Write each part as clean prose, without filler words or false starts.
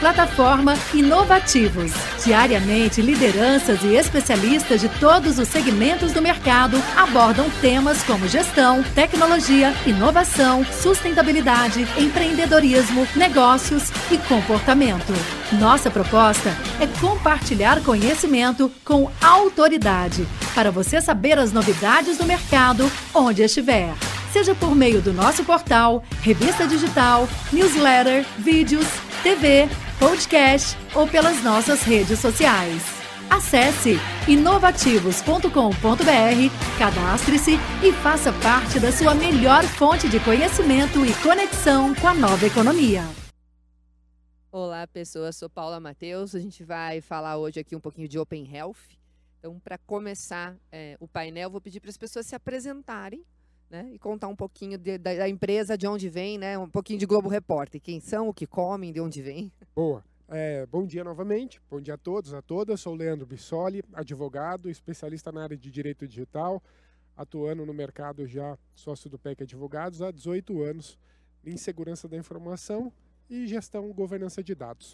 Plataforma Inovativos. Diariamente, lideranças e especialistas de todos os segmentos do mercado abordam temas como gestão, tecnologia, inovação, sustentabilidade, empreendedorismo, negócios e comportamento. Nossa proposta é compartilhar conhecimento com autoridade, para você saber as novidades do mercado onde estiver. Seja por meio do nosso portal, revista digital, newsletter, vídeos, TV, podcast ou pelas nossas redes sociais. Acesse inovativos.com.br, cadastre-se e faça parte da sua melhor fonte de conhecimento e conexão com a nova economia. Olá, pessoas. Sou Paula Matheus. A gente vai falar hoje aqui um pouquinho de Open Health. Então, para começar o painel, vou pedir para as pessoas se apresentarem, né, e contar um pouquinho da empresa, de onde vem, né, um pouquinho de Globo Repórter. Quem são, o que comem, de onde vem. Boa. Bom dia novamente. Bom dia a todos, a todas. Sou Leandro Bissoli, advogado, especialista na área de direito digital, atuando no mercado já sócio do PEC Advogados há 18 anos em segurança da informação e gestão e governança de dados.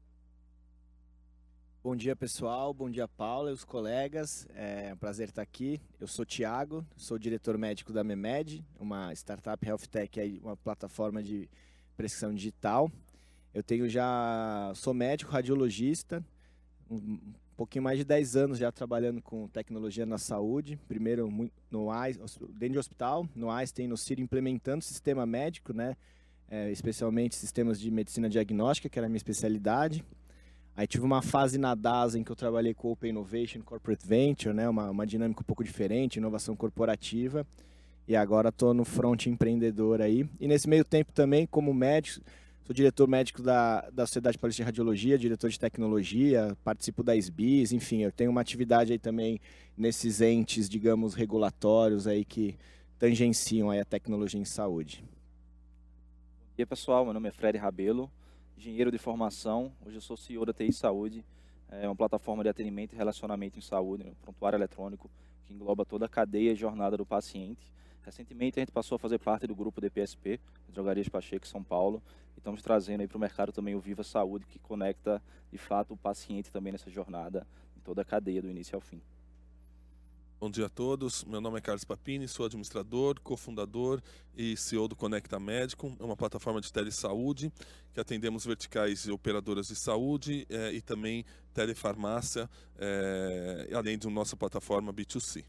Bom dia, pessoal. Bom dia, Paula e os colegas. É um prazer estar aqui. Eu sou Thiago, sou diretor médico da Memed, uma startup health tech, uma plataforma de prescrição digital. Sou médico, radiologista, um pouquinho mais de 10 anos já trabalhando com tecnologia na saúde. Primeiro dentro de hospital, no Einstein, no Ciro, implementando sistema médico, né? Especialmente sistemas de medicina diagnóstica, que era a minha especialidade. Aí tive uma fase na DASA em que eu trabalhei com Open Innovation, Corporate Venture, né? Uma dinâmica um pouco diferente, inovação corporativa. E agora estou no front empreendedor aí. E nesse meio tempo também, como médico, sou diretor médico da Sociedade Paulista de Radiologia, diretor de tecnologia, participo da SBIS, enfim, eu tenho uma atividade aí também nesses entes, digamos, regulatórios aí que tangenciam aí a tecnologia em saúde. Bom dia, pessoal, meu nome é Fred Rabelo, engenheiro de formação. Hoje eu sou CEO da TI Saúde, uma plataforma de atendimento e relacionamento em saúde, um prontuário eletrônico que engloba toda a cadeia e jornada do paciente. Recentemente a gente passou a fazer parte do grupo DPSP, Drogarias Pacheco, São Paulo, e estamos trazendo aí para o mercado também o Viva Saúde, que conecta de fato o paciente também nessa jornada, em toda a cadeia do início ao fim. Bom dia a todos, meu nome é Carlos Papini, sou administrador, cofundador e CEO do Conecta Médico, é uma plataforma de telesaúde que atendemos verticais e operadoras de saúde e também telefarmácia, além de nossa plataforma B2C.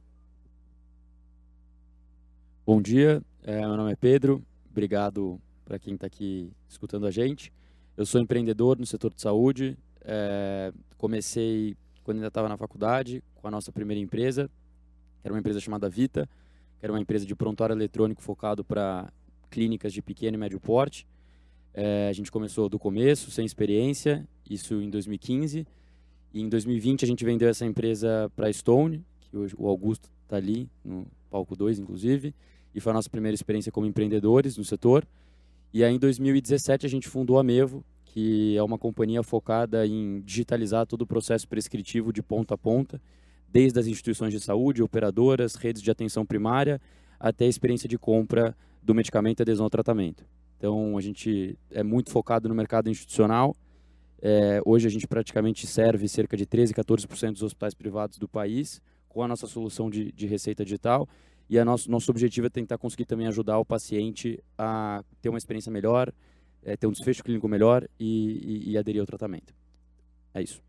Bom dia, meu nome é Pedro, obrigado para quem está aqui escutando a gente. Eu sou empreendedor no setor de saúde, comecei quando ainda estava na faculdade com a nossa primeira empresa, que era uma empresa chamada Vita, que era uma empresa de prontuário eletrônico focado para clínicas de pequeno e médio porte. A gente começou do começo, sem experiência, isso em 2015. E em 2020 a gente vendeu essa empresa para a Stone, que hoje o Augusto está ali, no palco 2, inclusive. E foi a nossa primeira experiência como empreendedores no setor. E aí em 2017 a gente fundou a Mevo, que é uma companhia focada em digitalizar todo o processo prescritivo de ponta a ponta, desde as instituições de saúde, operadoras, redes de atenção primária, até a experiência de compra do medicamento e adesão ao tratamento. Então, a gente é muito focado no mercado institucional. Hoje, a gente praticamente serve cerca de 13%, 14% dos hospitais privados do país com a nossa solução de receita digital. E nosso objetivo é tentar conseguir também ajudar o paciente a ter uma experiência melhor, ter um desfecho clínico melhor e aderir ao tratamento. É isso.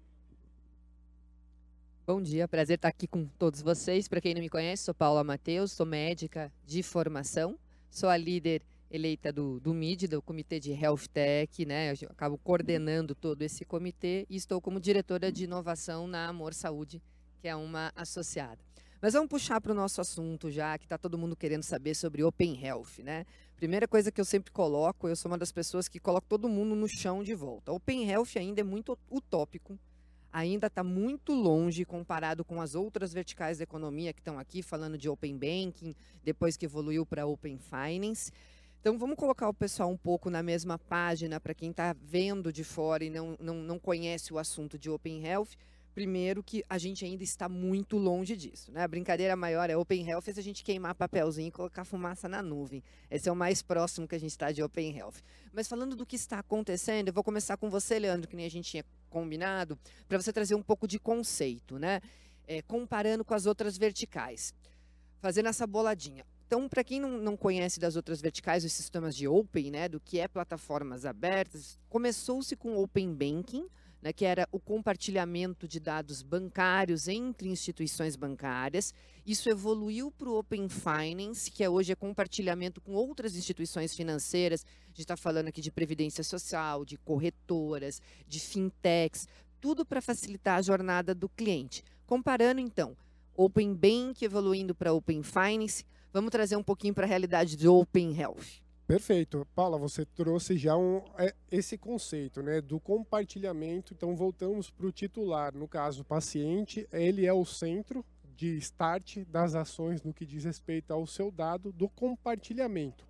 Bom dia, prazer estar aqui com todos vocês. Para quem não me conhece, sou Paula Matheus, sou médica de formação, sou a líder eleita do MID, do Comitê de Health Tech, né? Eu acabo coordenando todo esse comitê e estou como diretora de inovação na Amor Saúde, que é uma associada. Mas vamos puxar para o nosso assunto já, que está todo mundo querendo saber sobre Open Health, né? Primeira coisa que eu sempre coloco, eu sou uma das pessoas que coloca todo mundo no chão de volta. Open Health ainda é muito utópico, ainda está muito longe comparado com as outras verticais da economia que estão aqui, falando de Open Banking, depois que evoluiu para Open Finance. Então, vamos colocar o pessoal um pouco na mesma página, para quem está vendo de fora e não conhece o assunto de Open Health, Primeiro que a gente ainda está muito longe disso, né? A brincadeira maior é Open Health, é a gente queimar papelzinho e colocar fumaça na nuvem. Esse é o mais próximo que a gente está de Open Health. Mas falando do que está acontecendo, eu vou começar com você, Leandro, que nem a gente tinha combinado, para você trazer um pouco de conceito, né? Comparando com as outras verticais, fazendo essa boladinha. Então, para quem não conhece das outras verticais, os sistemas de Open, né, do que é plataformas abertas, começou-se com o Open Banking, né, que era o compartilhamento de dados bancários entre instituições bancárias. Isso evoluiu para o Open Finance, que hoje é compartilhamento com outras instituições financeiras. A gente está falando aqui de previdência social, de corretoras, de fintechs, tudo para facilitar a jornada do cliente. Comparando, então, Open Bank evoluindo para Open Finance, vamos trazer um pouquinho para a realidade do Open Health. Perfeito. Paula, você trouxe já esse conceito, né, do compartilhamento. Então, voltamos para o titular. No caso, o paciente, ele é o centro de start das ações no que diz respeito ao seu dado do compartilhamento.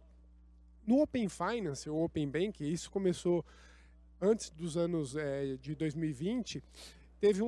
No Open Finance, ou Open Bank, isso começou antes dos anos de 2020, teve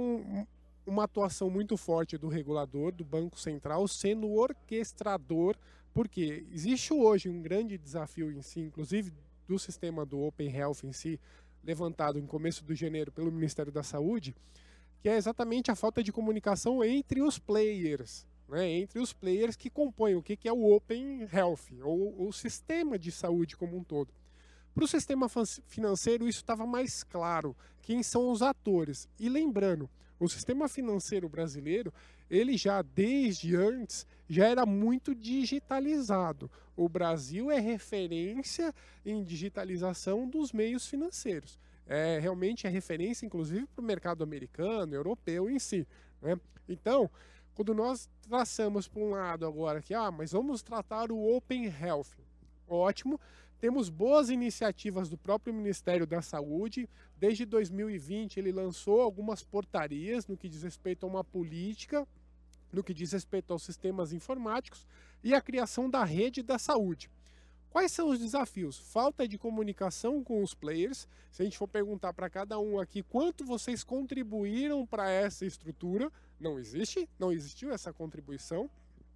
uma atuação muito forte do regulador, do Banco Central, sendo orquestrador, porque existe hoje um grande desafio em si, inclusive do sistema do Open Health em si, levantado em começo de janeiro pelo Ministério da Saúde, que é exatamente a falta de comunicação entre os players, né? Entre os players que compõem o que é o Open Health, ou o sistema de saúde como um todo. Para o sistema financeiro, isso estava mais claro, quem são os atores. E lembrando, o sistema financeiro brasileiro, ele já desde antes, já era muito digitalizado. O Brasil é referência em digitalização dos meios financeiros. Realmente é referência, inclusive, para o mercado americano, europeu em si, né? Então, quando nós traçamos para um lado agora que, mas vamos tratar o Open Health, ótimo. Temos boas iniciativas do próprio Ministério da Saúde. Desde 2020 ele lançou algumas portarias no que diz respeito a uma política, no que diz respeito aos sistemas informáticos e a criação da rede da saúde. Quais são os desafios? Falta de comunicação com os players. Se a gente for perguntar para cada um aqui quanto vocês contribuíram para essa estrutura, não existiu essa contribuição.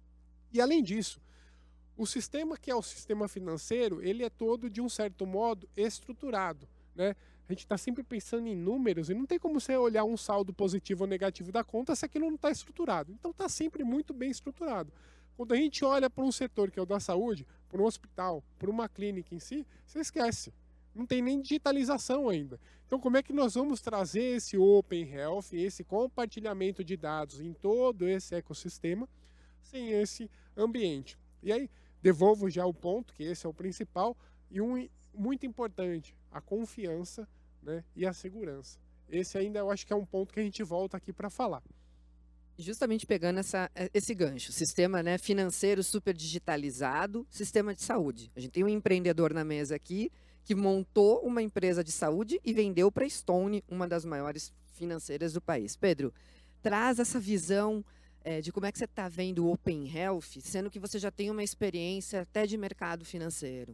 E além disso, o sistema que é o sistema financeiro, ele é todo, de um certo modo, estruturado, né? A gente está sempre pensando em números e não tem como você olhar um saldo positivo ou negativo da conta se aquilo não está estruturado. Então está sempre muito bem estruturado. Quando a gente olha para um setor que é o da saúde, para um hospital, para uma clínica em si, você esquece. Não tem nem digitalização ainda. Então como é que nós vamos trazer esse Open Health, esse compartilhamento de dados em todo esse ecossistema, sem esse ambiente? E aí, devolvo já o ponto, que esse é o principal, e muito importante, a confiança, né, e a segurança. Esse ainda eu acho que é um ponto que a gente volta aqui para falar. Justamente pegando esse gancho, sistema, né, financeiro super digitalizado, sistema de saúde. A gente tem um empreendedor na mesa aqui que montou uma empresa de saúde e vendeu para a Stone, uma das maiores financeiras do país. Pedro, traz essa visão de como é que você está vendo o Open Health, sendo que você já tem uma experiência até de mercado financeiro.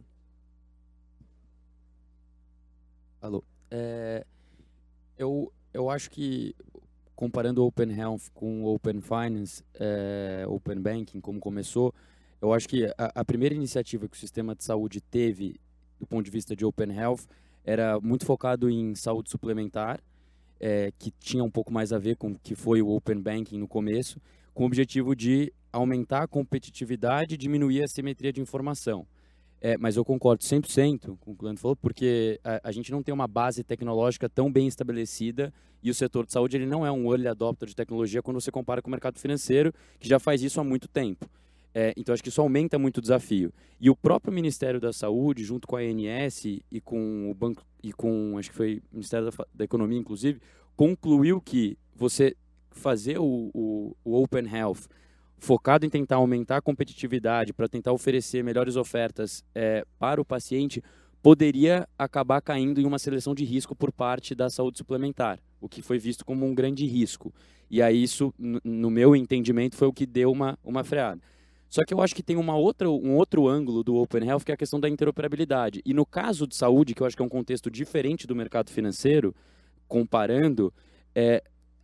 Alô. Eu acho que, comparando o Open Health com o Open Finance, Open Banking, como começou, eu acho que a primeira iniciativa que o sistema de saúde teve, do ponto de vista de Open Health, era muito focado em saúde suplementar, que tinha um pouco mais a ver com o que foi o Open Banking no começo, com o objetivo de aumentar a competitividade e diminuir a assimetria de informação. Mas eu concordo 100% com o que o Leandro falou, porque a gente não tem uma base tecnológica tão bem estabelecida e o setor de saúde ele não é um early adopter de tecnologia quando você compara com o mercado financeiro, que já faz isso há muito tempo. Então, acho que isso aumenta muito o desafio. E o próprio Ministério da Saúde, junto com a ANS e com o banco, e com, acho que foi o Ministério da Economia, inclusive, concluiu que você fazer o Open Health focado em tentar aumentar a competitividade, para tentar oferecer melhores ofertas para o paciente, poderia acabar caindo em uma seleção de risco por parte da saúde suplementar, o que foi visto como um grande risco. E aí isso, no meu entendimento, foi o que deu uma freada. Só que eu acho que tem um outro ângulo do Open Health, que é a questão da interoperabilidade. E no caso de saúde, que eu acho que é um contexto diferente do mercado financeiro, comparando,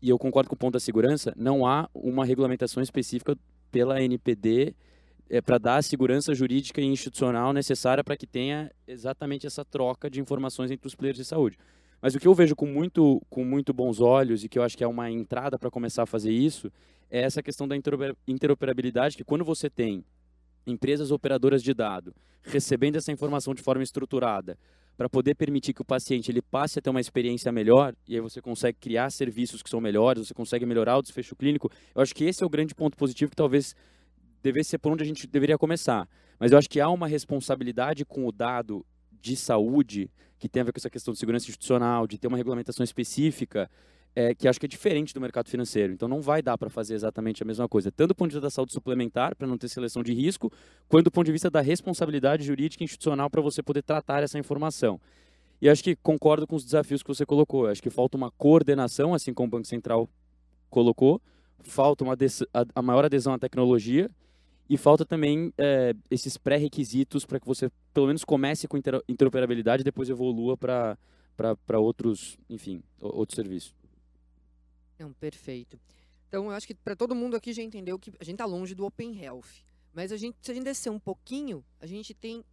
e eu concordo com o ponto da segurança, não há uma regulamentação específica pela ANPD para dar a segurança jurídica e institucional necessária para que tenha exatamente essa troca de informações entre os players de saúde. Mas o que eu vejo com muito bons olhos e que eu acho que é uma entrada para começar a fazer isso é essa questão da interoperabilidade, que quando você tem empresas operadoras de dado recebendo essa informação de forma estruturada para poder permitir que o paciente ele passe a ter uma experiência melhor, e aí você consegue criar serviços que são melhores, você consegue melhorar o desfecho clínico, eu acho que esse é o grande ponto positivo que talvez devesse ser por onde a gente deveria começar. Mas eu acho que há uma responsabilidade com o dado de saúde, que tem a ver com essa questão de segurança institucional, de ter uma regulamentação específica, que acho que é diferente do mercado financeiro. Então não vai dar para fazer exatamente a mesma coisa, tanto do ponto de vista da saúde suplementar, para não ter seleção de risco, quanto do ponto de vista da responsabilidade jurídica e institucional para você poder tratar essa informação. E acho que concordo com os desafios que você colocou. Acho que falta uma coordenação, assim como o Banco Central colocou, falta a maior adesão à tecnologia e falta também esses pré-requisitos para que você pelo menos comece com interoperabilidade e depois evolua para outros, enfim, outros serviços. Não, perfeito. Então, eu acho que para todo mundo aqui já entendeu que a gente está longe do Open Health. Mas se a gente descer um pouquinho, a gente tem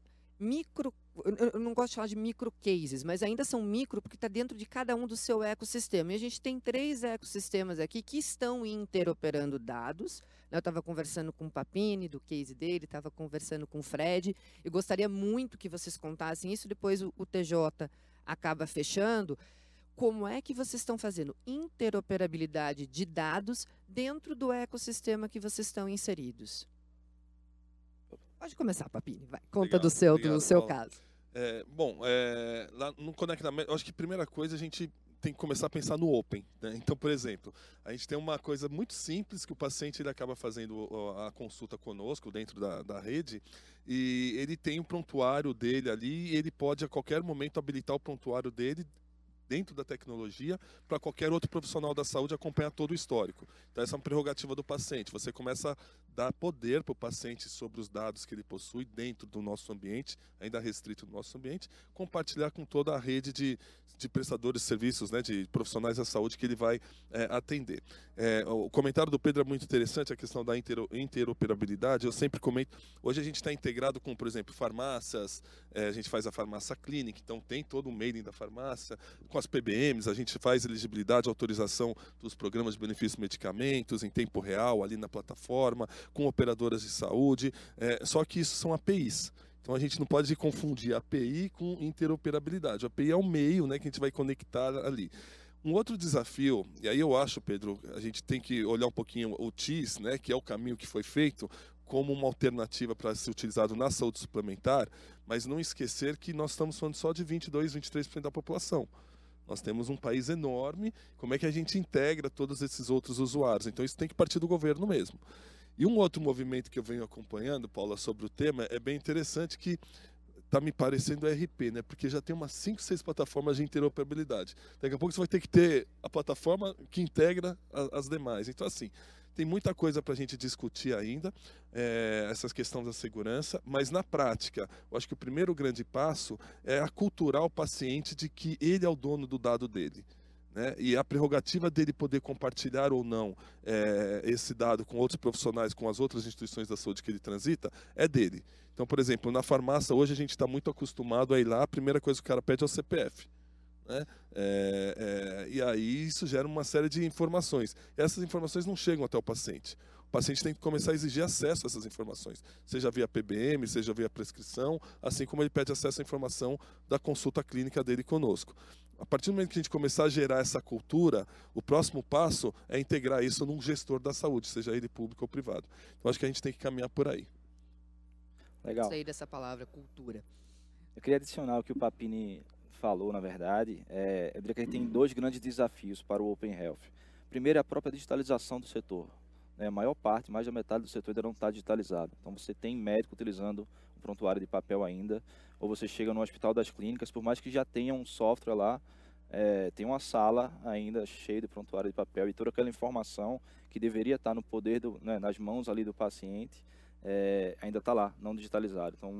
eu não gosto de falar de micro cases, mas ainda são micro porque está dentro de cada um do seu ecossistema. E a gente tem 3 ecossistemas aqui que estão interoperando dados. Eu estava conversando com o Papini, do case dele, estava conversando com o Fred. Eu gostaria muito que vocês contassem isso, depois o TJ acaba fechando. Como é que vocês estão fazendo interoperabilidade de dados dentro do ecossistema que vocês estão inseridos? Pode começar, Papini, vai. Conta Obrigado, do seu Paula. caso. Lá no Conecta Med, eu acho que a primeira coisa a gente tem que começar a pensar no Open, né? Então, por exemplo, a gente tem uma coisa muito simples que o paciente ele acaba fazendo a consulta conosco dentro da rede e ele tem um prontuário dele ali e ele pode a qualquer momento habilitar o prontuário dele dentro da tecnologia para qualquer outro profissional da saúde acompanhar todo o histórico. Então essa é uma prerrogativa do paciente. Você começa a dar poder para o paciente sobre os dados que ele possui dentro do nosso ambiente, ainda restrito do nosso ambiente, compartilhar com toda a rede de prestadores de serviços, né, de profissionais da saúde que ele vai atender. O comentário do Pedro é muito interessante, a questão da interoperabilidade. Eu sempre comento, hoje a gente está integrado com, por exemplo, farmácias, a gente faz a farmácia clínica, então tem todo o mailing da farmácia, com as PBMs, a gente faz elegibilidade, autorização dos programas de benefícios e medicamentos em tempo real, ali na plataforma, com operadoras de saúde, só que isso são APIs. Então a gente não pode confundir API com interoperabilidade. A API é o meio, né, que a gente vai conectar ali. Um outro desafio, e aí eu acho, Pedro, a gente tem que olhar um pouquinho o TIS, né, que é o caminho que foi feito, como uma alternativa para ser utilizado na saúde suplementar, mas não esquecer que nós estamos falando só de 22, 23% da população. Nós temos um país enorme, como é que a gente integra todos esses outros usuários? Então isso tem que partir do governo mesmo. E um outro movimento que eu venho acompanhando, Paula, sobre o tema, é bem interessante que está me parecendo RP, né? Porque já tem umas 5, 6 plataformas de interoperabilidade. Daqui a pouco você vai ter que ter a plataforma que integra as demais. Então, assim, tem muita coisa para a gente discutir ainda, essas questões da segurança, mas na prática, eu acho que o primeiro grande passo é aculturar o paciente de que ele é o dono do dado dele. Né? E a prerrogativa dele poder compartilhar ou não esse dado com outros profissionais, com as outras instituições da saúde que ele transita, é dele. Então, por exemplo, na farmácia, hoje a gente está muito acostumado a ir lá, a primeira coisa que o cara pede é o CPF. Né? E aí isso gera uma série de informações. E essas informações não chegam até o paciente. O paciente tem que começar a exigir acesso a essas informações, seja via PBM, seja via prescrição, assim como ele pede acesso à informação da consulta clínica dele conosco. A partir do momento que a gente começar a gerar essa cultura, o próximo passo é integrar isso num gestor da saúde, seja ele público ou privado. Então, acho que a gente tem que caminhar por aí. Legal. Gostei dessa palavra, cultura. Eu queria adicionar o que o Papini falou, na verdade. Eu diria que a gente tem 2 grandes desafios para o Open Health. Primeiro é a própria digitalização do setor. A maior parte, mais da metade do setor ainda não está digitalizado. Então você tem médico utilizando o prontuário de papel ainda, ou você chega no Hospital das Clínicas, por mais que já tenha um software lá, tem uma sala ainda cheia de prontuário de papel e toda aquela informação que deveria estar no poder, nas mãos ali do paciente, ainda está lá, não digitalizado. Então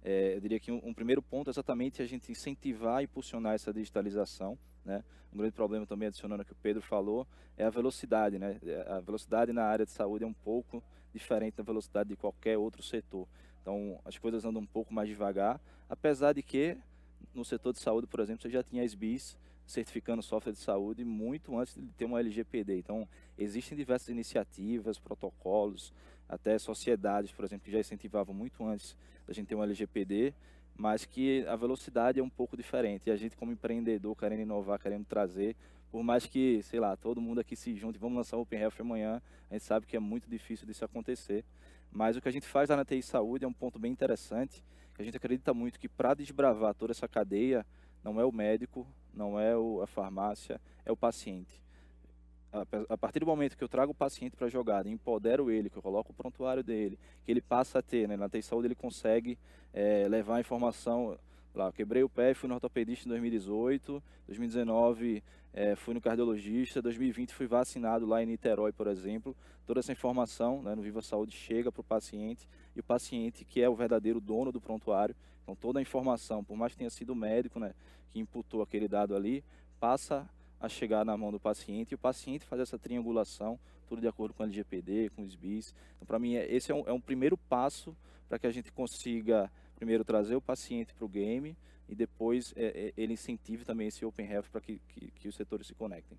Eu diria que um primeiro ponto é exatamente a gente incentivar e impulsionar essa digitalização, né? Um grande problema também, adicionando o que o Pedro falou, é a velocidade, né? A velocidade na área de saúde é um pouco diferente da velocidade de qualquer outro setor. Então, as coisas andam um pouco mais devagar, apesar de que no setor de saúde, por exemplo, você já tinha as BIs certificando software de saúde muito antes de ter uma LGPD. Então, existem diversas iniciativas, protocolos, até sociedades, por exemplo, que já incentivavam muito antes da gente ter uma LGPD, mas que a velocidade é um pouco diferente. E a gente, como empreendedor, querendo inovar, querendo trazer, por mais que, sei lá, todo mundo aqui se junte, vamos lançar o Open Health amanhã, a gente sabe que é muito difícil disso acontecer. Mas o que a gente faz lá na TI Saúde é um ponto bem interessante, que a gente acredita muito que para desbravar toda essa cadeia, não é o médico, não é a farmácia, é o paciente. A partir do momento que eu trago o paciente para a jogada, empodero ele, que eu coloco o prontuário dele, que ele passa a ter, né, na TI Saúde ele consegue levar a informação, lá, eu quebrei o pé, fui no ortopedista em 2018, 2019 fui no cardiologista, 2020 fui vacinado lá em Niterói, por exemplo. Toda essa informação, né, no Viva Saúde chega para o paciente, e o paciente que é o verdadeiro dono do prontuário, então toda a informação, por mais que tenha sido o médico, né, que imputou aquele dado ali, passa a chegar na mão do paciente, e o paciente faz essa triangulação, tudo de acordo com a LGPD, com os BIs. Então, para mim, esse é um primeiro passo para que a gente consiga, primeiro, trazer o paciente para o game, e depois ele incentive também esse Open Health para que os setores se conectem.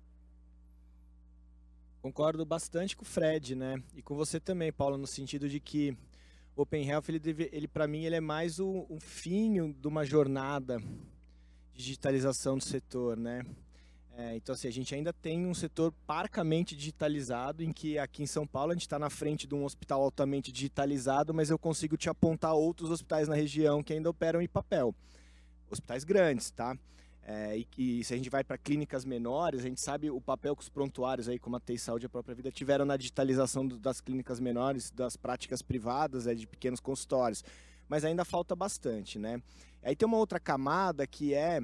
Concordo bastante com o Fred, né? E com você também, Paulo, no sentido de que o Open Health, ele para mim, ele é mais um fim de uma jornada de digitalização do setor, né? Então, assim, a gente ainda tem um setor parcamente digitalizado, em que aqui em São Paulo a gente está na frente de um hospital altamente digitalizado, mas eu consigo te apontar outros hospitais na região que ainda operam em papel. Hospitais grandes, tá? E se a gente vai para clínicas menores, a gente sabe o papel que os prontuários, aí, como a TI Saúde e a própria Vida, tiveram na digitalização das clínicas menores, das práticas privadas, de pequenos consultórios. Mas ainda falta bastante, né? Aí tem uma outra camada que é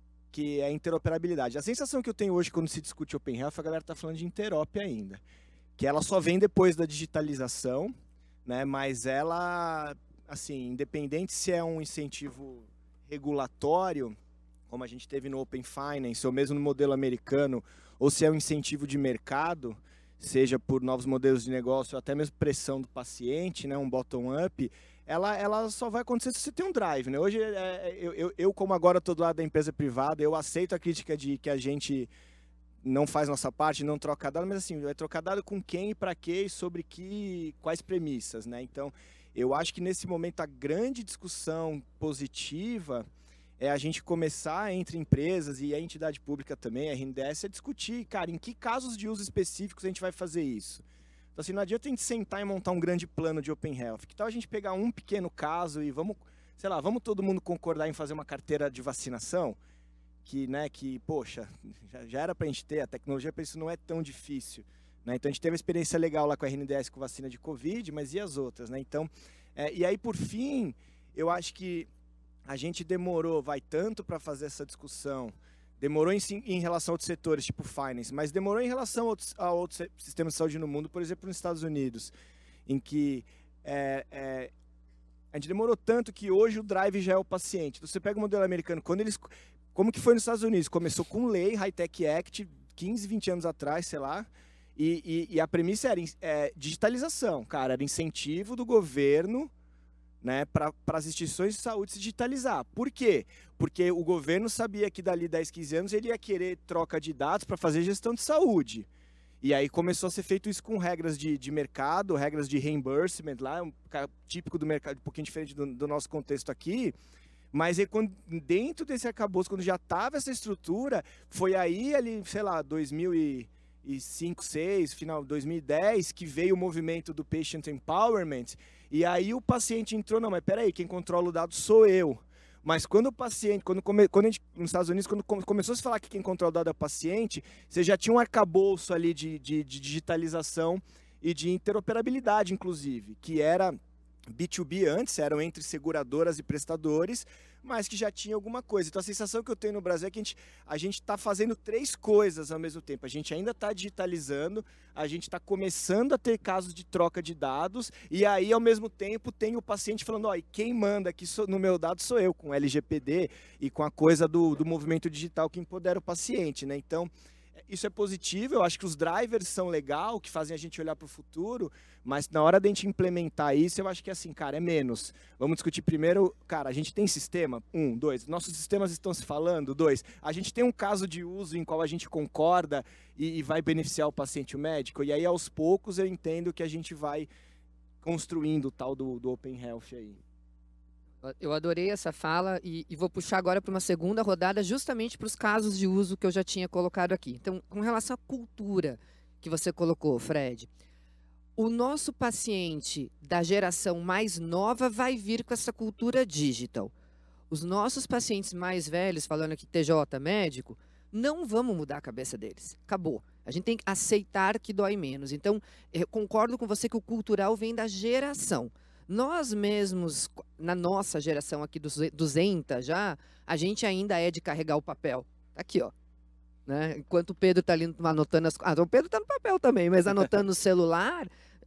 a interoperabilidade. A sensação que eu tenho hoje quando se discute Open Health, a galera está falando de interop ainda, que ela só vem depois da digitalização, né? Mas ela, assim, independente se é um incentivo regulatório, como a gente teve no Open Finance, ou mesmo no modelo americano, ou se é um incentivo de mercado, seja por novos modelos de negócio, ou até mesmo pressão do paciente, né? Um bottom-up, ela só vai acontecer se você tem um drive, né? Hoje, eu como agora estou do lado da empresa privada, eu aceito a crítica de que a gente não faz nossa parte, não troca dado, mas assim, vai trocar dado com quem e para quê e sobre quais premissas, né? Então, eu acho que nesse momento a grande discussão positiva é a gente começar entre empresas e a entidade pública também, a RNDS, a discutir, cara, em que casos de uso específicos a gente vai fazer isso. Então, assim, não adianta a gente sentar e montar um grande plano de Open Health. Que tal a gente pegar um pequeno caso e vamos todo mundo concordar em fazer uma carteira de vacinação? Que poxa, já era para a gente ter, a tecnologia para isso não é tão difícil. Né? Então, a gente teve uma experiência legal lá com a RNDS com vacina de Covid, mas e as outras? Né? Então, e aí, por fim, eu acho que a gente demorou, tanto para fazer essa discussão, demorou em relação a outros setores, tipo finance, mas demorou em relação a outros sistemas de saúde no mundo, por exemplo, nos Estados Unidos, em que a gente demorou tanto que hoje o drive já é o paciente. Então, você pega o modelo americano, como que foi nos Estados Unidos? Começou com lei, High-Tech Act, 15, 20 anos atrás, sei lá, e a premissa era digitalização, cara, era incentivo do governo, né, para as instituições de saúde se digitalizar. Por quê? Porque o governo sabia que dali 10, 15 anos ele ia querer troca de dados para fazer gestão de saúde. E aí começou a ser feito isso com regras de mercado, regras de reimbursement, lá, típico do mercado, um pouquinho diferente do nosso contexto aqui. Mas aí, dentro desse arcabouço, quando já estava essa estrutura, foi aí, ali, sei lá, 2005, 2006, final de 2010, que veio o movimento do Patient Empowerment. E aí o paciente entrou, não, mas peraí, quem controla o dado sou eu. Mas quando o paciente, quando a gente, nos Estados Unidos, quando começou a se falar que quem controla o dado é o paciente, você já tinha um arcabouço ali de digitalização e de interoperabilidade, inclusive, que era B2B antes, eram entre seguradoras e prestadores, mas que já tinha alguma coisa. Então a sensação que eu tenho no Brasil é que a gente está fazendo 3 coisas ao mesmo tempo. A gente ainda está digitalizando, a gente está começando a ter casos de troca de dados, e aí ao mesmo tempo tem o paciente falando, ó, e quem manda aqui no meu dado sou eu, com o LGPD e com a coisa do movimento digital que empodera o paciente, né? Então, isso é positivo, eu acho que os drivers são legal, que fazem a gente olhar para o futuro, mas na hora de a gente implementar isso, eu acho que assim, cara, é menos. Vamos discutir primeiro, cara, a gente tem sistema? 1, 2, nossos sistemas estão se falando? 2, a gente tem um caso de uso em qual a gente concorda e vai beneficiar o paciente e o médico? E aí, aos poucos, eu entendo que a gente vai construindo o tal do Open Health aí. Eu adorei essa fala e vou puxar agora para uma segunda rodada justamente para os casos de uso que eu já tinha colocado aqui. Então, com relação à cultura que você colocou, Fred, o nosso paciente da geração mais nova vai vir com essa cultura digital. Os nossos pacientes mais velhos, falando aqui TJ médico, não vamos mudar a cabeça deles. Acabou. A gente tem que aceitar que dói menos. Então, eu concordo com você que o cultural vem da geração. Nós mesmos, na nossa geração aqui dos 200 já, a gente ainda é de carregar o papel. Aqui, ó. Né? Enquanto o Pedro está ali anotando as coisas. O Pedro está no papel também, mas anotando no celular,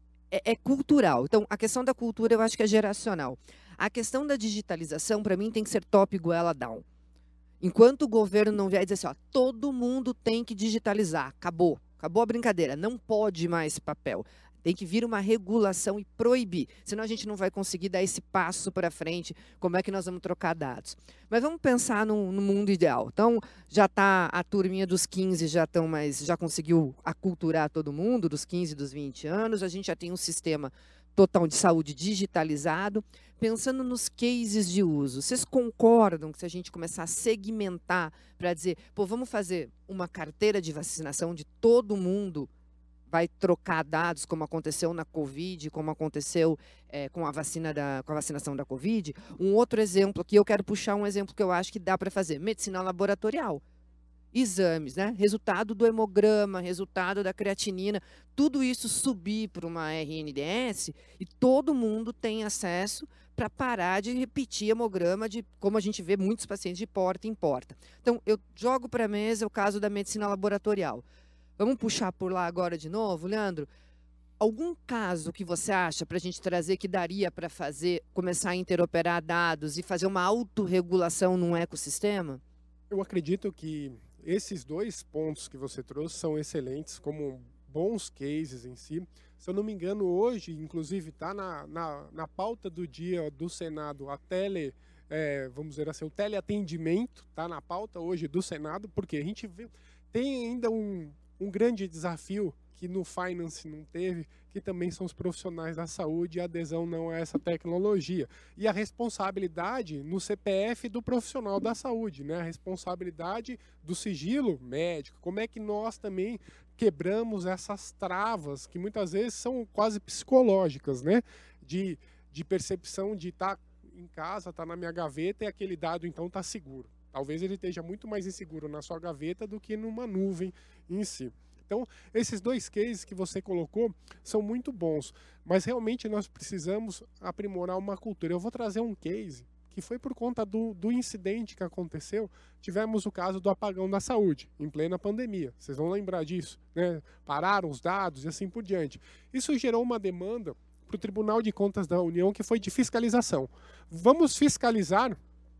é cultural. Então, a questão da cultura eu acho que é geracional. A questão da digitalização, para mim, tem que ser top goela down. Enquanto o governo não vier dizer assim, ó, todo mundo tem que digitalizar, acabou. Acabou a brincadeira, não pode mais papel. Tem que vir uma regulação e proibir, senão a gente não vai conseguir dar esse passo para frente, como é que nós vamos trocar dados. Mas vamos pensar no mundo ideal. Então, já está a turminha dos 15, já conseguiu aculturar todo mundo, dos 15 e dos 20 anos, a gente já tem um sistema total de saúde digitalizado. Pensando nos cases de uso, vocês concordam que se a gente começar a segmentar para dizer, pô, vamos fazer uma carteira de vacinação de todo mundo, vai trocar dados, como aconteceu na Covid, como aconteceu com a vacinação da Covid. Um outro exemplo aqui, eu quero puxar um exemplo que eu acho que dá para fazer. Medicina laboratorial. Exames, né? Resultado do hemograma, resultado da creatinina, tudo isso subir para uma RNDS e todo mundo tem acesso para parar de repetir hemograma, como a gente vê muitos pacientes de porta em porta. Então, eu jogo para a mesa o caso da medicina laboratorial. Vamos puxar por lá agora de novo, Leandro? Algum caso que você acha para a gente trazer que daria para começar a interoperar dados e fazer uma autorregulação num ecossistema? Eu acredito que esses 2 pontos que você trouxe são excelentes, como bons cases em si. Se eu não me engano, hoje, inclusive, está na pauta do dia do Senado vamos dizer assim, o teleatendimento está na pauta hoje do Senado, porque a gente tem ainda um grande desafio que no Finance não teve, que também são os profissionais da saúde e a adesão não a essa tecnologia. E a responsabilidade no CPF do profissional da saúde, né? A responsabilidade do sigilo médico. Como é que nós também quebramos essas travas que muitas vezes são quase psicológicas, né? De percepção de estar em casa, estar na minha gaveta e aquele dado então está seguro. Talvez ele esteja muito mais inseguro na sua gaveta do que numa nuvem em si. Então, esses 2 cases que você colocou são muito bons, mas realmente nós precisamos aprimorar uma cultura. Eu vou trazer um case que foi por conta do incidente que aconteceu. Tivemos o caso do apagão da saúde, em plena pandemia. Vocês vão lembrar disso, né? Pararam os dados e assim por diante. Isso gerou uma demanda para o Tribunal de Contas da União, que foi de fiscalização. Vamos fiscalizar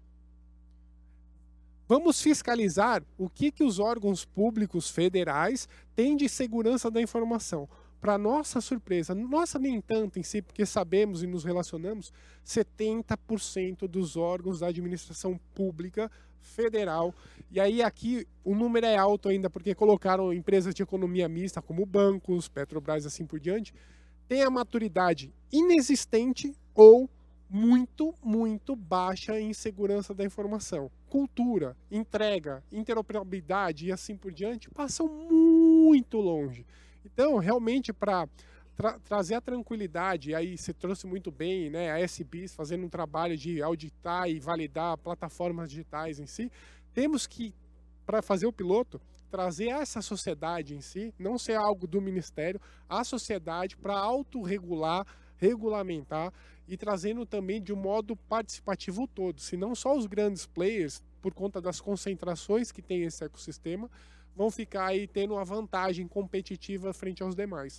o que os órgãos públicos federais têm de segurança da informação. Para nossa surpresa, nossa nem tanto em si, porque sabemos e nos relacionamos, 70% dos órgãos da administração pública federal, e aí aqui o número é alto ainda, porque colocaram empresas de economia mista, como bancos, Petrobras e assim por diante, tem a maturidade inexistente ou muito, muito baixa em segurança da informação. Cultura, entrega, interoperabilidade e assim por diante passam muito longe. Então, realmente, para trazer a tranquilidade, aí você trouxe muito bem, né, a SBIS fazendo um trabalho de auditar e validar plataformas digitais em si, temos que, para fazer o piloto, trazer essa sociedade em si, não ser algo do Ministério, a sociedade para autorregular regulamentar e trazendo também de um modo participativo todo, se não só os grandes players, por conta das concentrações que tem esse ecossistema, vão ficar aí tendo uma vantagem competitiva frente aos demais.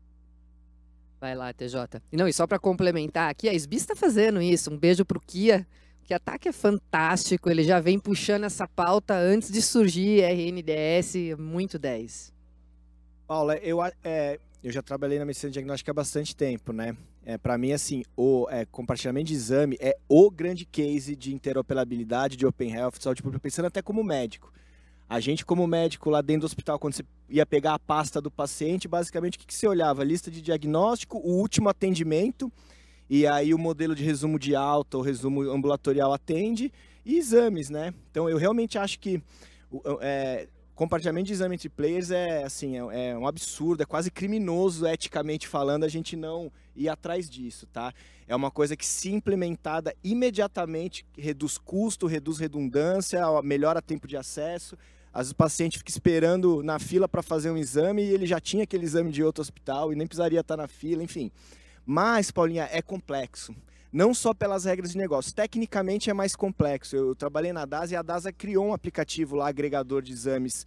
Vai lá, TJ. E não, e só para complementar aqui, a SBI está fazendo isso. Um beijo pro Kia. Que ataque é fantástico, ele já vem puxando essa pauta antes de surgir RNDS, muito 10. Paula, eu já trabalhei na medicina diagnóstica há bastante tempo, né? Para mim, assim, o compartilhamento de exame é o grande case de interoperabilidade, de Open Health, de saúde pública, pensando até como médico. A gente, como médico, lá dentro do hospital, quando você ia pegar a pasta do paciente, basicamente, o que você olhava? Lista de diagnóstico, o último atendimento, e aí o modelo de resumo de alta, o resumo ambulatorial atende, e exames, né? Então, eu realmente acho que compartilhamento de exame entre players é um absurdo, é quase criminoso, eticamente falando, a gente não ir atrás disso, tá? É uma coisa que, se implementada imediatamente, reduz custo, reduz redundância, melhora tempo de acesso. Às vezes o paciente fica esperando na fila para fazer um exame e ele já tinha aquele exame de outro hospital e nem precisaria estar na fila, enfim. Mas, Paulinha, é complexo. Não só pelas regras de negócio, tecnicamente é mais complexo. Eu trabalhei na DASA e a DASA criou um aplicativo lá, agregador de exames,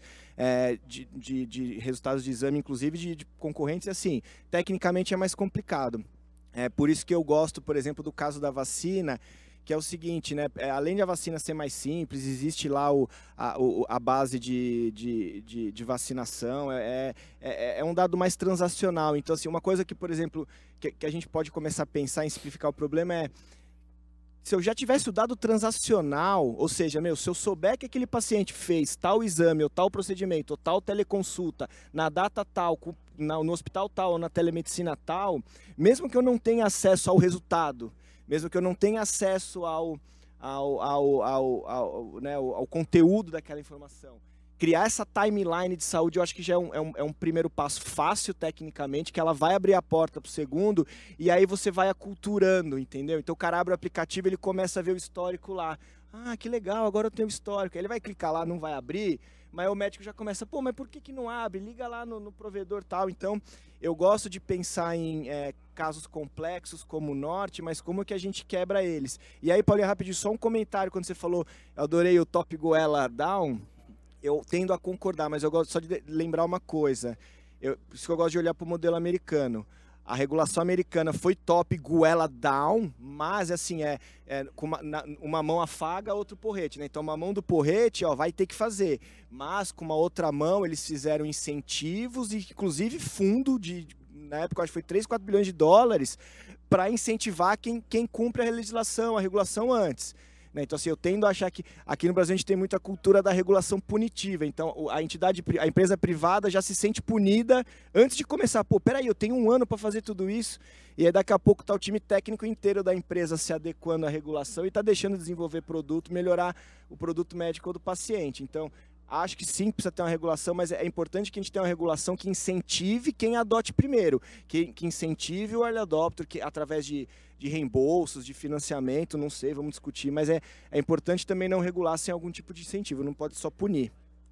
de resultados de exame, inclusive de concorrentes, e assim, tecnicamente é mais complicado. É por isso que eu gosto, por exemplo, do caso da vacina, que é o seguinte, né? Além de a vacina ser mais simples, existe lá a base de vacinação, é um dado mais transacional. Então, assim, uma coisa que, por exemplo, que a gente pode começar a pensar em simplificar o problema é, se eu já tivesse o dado transacional, ou seja, se eu souber que aquele paciente fez tal exame, ou tal procedimento, ou tal teleconsulta, na data tal, no hospital tal, ou na telemedicina tal, mesmo que eu não tenha acesso ao resultado, mesmo que eu não tenha acesso ao conteúdo daquela informação, criar essa timeline de saúde, eu acho que já é um primeiro passo fácil tecnicamente, que ela vai abrir a porta para o segundo, e aí você vai aculturando, entendeu? Então o cara abre o aplicativo, ele começa a ver o histórico lá. Ah, que legal, agora eu tenho o histórico. Aí ele vai clicar lá, não vai abrir, mas o médico já começa, pô, mas por que não abre? Liga lá no provedor tal. Então, eu gosto de pensar em casos complexos como o Norte, mas como que a gente quebra eles. E aí, Paulinho, rapidinho, só um comentário, quando você falou, eu adorei o Top Goela Down, eu tendo a concordar, mas eu gosto só de lembrar uma coisa. Por isso que eu gosto de olhar para o modelo americano. A regulação americana foi top goela down, mas assim, com uma mão afaga, outro porrete, né? Então, uma mão do porrete, vai ter que fazer. Mas com uma outra mão, eles fizeram incentivos e, inclusive, fundo na época, acho que foi 3, 4 bilhões de dólares para incentivar quem cumpre a legislação, a regulação antes. Então, assim, eu tendo a achar que aqui no Brasil a gente tem muita cultura da regulação punitiva. Então, a empresa privada já se sente punida antes de começar. Pô, peraí, eu tenho 1 ano para fazer tudo isso. E aí daqui a pouco está o time técnico inteiro da empresa se adequando à regulação e está deixando de desenvolver produto, melhorar o produto médico do paciente. Então, acho que sim, precisa ter uma regulação, mas é importante que a gente tenha uma regulação que incentive quem adote primeiro, que incentive o early adopter, através de reembolsos, de financiamento, não sei, vamos discutir, mas é importante também não regular sem algum tipo de incentivo, não pode só punir.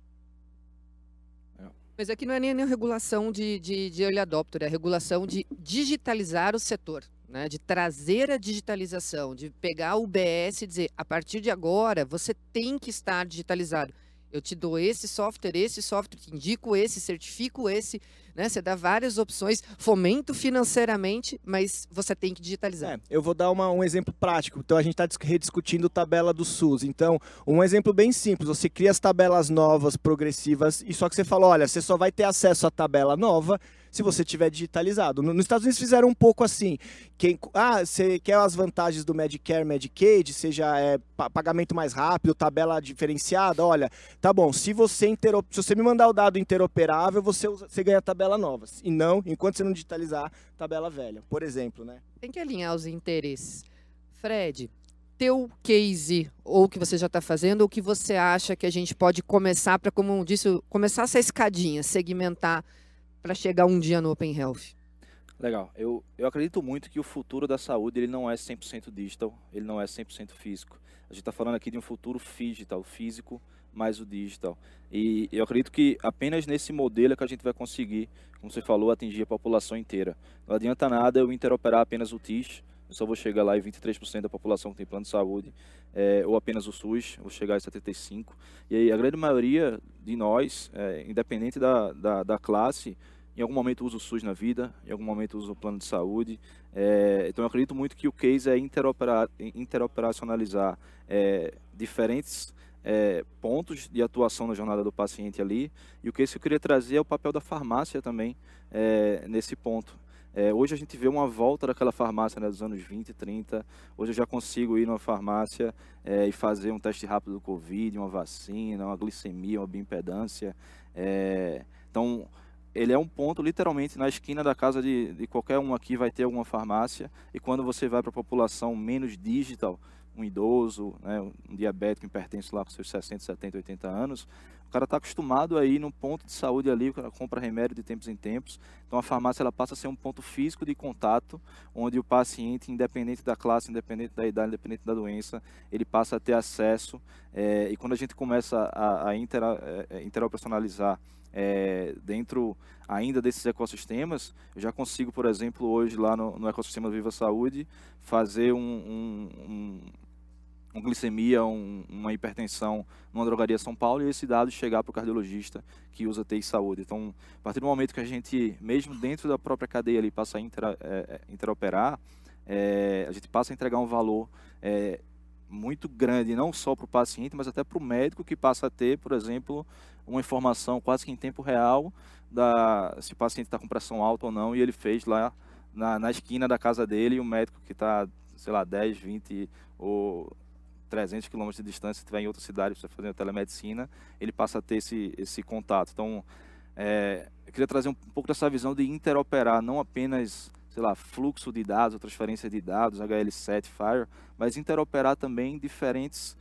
Mas aqui não é nem a regulação de early adopter, é a regulação de digitalizar o setor, né? De trazer a digitalização, de pegar o UBS e dizer, a partir de agora, você tem que estar digitalizado. Eu te dou esse software, te indico esse, certifico esse, né? Você dá várias opções, fomento financeiramente, mas você tem que digitalizar. Eu vou dar um exemplo prático. Então, a gente está rediscutindo tabela do SUS. Então, um exemplo bem simples. Você cria as tabelas novas, progressivas, e só que você fala, olha, você só vai ter acesso à tabela nova se você tiver digitalizado. Nos Estados Unidos fizeram um pouco assim. Você quer as vantagens do Medicare, Medicaid, seja pagamento mais rápido, tabela diferenciada, olha, tá bom, se você me mandar o dado interoperável, você ganha a tabela nova. E não, enquanto você não digitalizar, tabela velha, por exemplo, né? Tem que alinhar os interesses. Fred, teu case, ou o que você já está fazendo, ou o que você acha que a gente pode começar para, como disse, começar essa escadinha, segmentar para chegar um dia no Open Health? Legal. Eu acredito muito que o futuro da saúde ele não é 100% digital, ele não é 100% físico. A gente está falando aqui de um futuro digital, físico, mais o digital. E eu acredito que apenas nesse modelo é que a gente vai conseguir, como você falou, atingir a população inteira. Não adianta nada eu interoperar apenas o TIS, eu só vou chegar lá em 23% da população que tem plano de saúde, ou apenas o SUS, eu vou chegar em 75%. E aí a grande maioria de nós, independente da classe, em algum momento usa o SUS na vida, em algum momento usa o plano de saúde. Então eu acredito muito que o case é interoperacionalizar diferentes pontos de atuação na jornada do paciente ali. E o case que eu queria trazer é o papel da farmácia também nesse ponto. Hoje a gente vê uma volta daquela farmácia, né, dos anos 20, 30. Hoje eu já consigo ir numa farmácia e fazer um teste rápido do Covid, uma vacina, uma glicemia, uma bioimpedância. Então, ele é um ponto, literalmente, na esquina da casa de qualquer um aqui vai ter alguma farmácia. E quando você vai para a população menos digital, um idoso, né, um diabético, hipertenso lá com seus 60, 70, 80 anos, o cara está acostumado a ir num ponto de saúde ali, o cara compra remédio de tempos em tempos. Então a farmácia ela passa a ser um ponto físico de contato, onde o paciente, independente da classe, independente da idade, independente da doença, ele passa a ter acesso. E quando a gente começa a interoperacionalizar dentro ainda desses ecossistemas, eu já consigo, por exemplo, hoje lá no ecossistema do Viva Saúde, fazer uma glicemia, uma hipertensão numa drogaria São Paulo e esse dado chegar para o cardiologista que usa TI Saúde. Então, a partir do momento que a gente, mesmo dentro da própria cadeia ali, passa a interoperar, a gente passa a entregar um valor muito grande, não só para o paciente, mas até para o médico que passa a ter, por exemplo, uma informação quase que em tempo real se o paciente está com pressão alta ou não, e ele fez lá na esquina da casa dele, e o médico que está, sei lá, 10, 20 ou 300 quilômetros de distância, se estiver em outra cidade, precisa fazer telemedicina, ele passa a ter esse contato. Então, eu queria trazer um pouco dessa visão de interoperar, não apenas, sei lá, fluxo de dados, transferência de dados, HL7, FHIR, mas interoperar também diferentes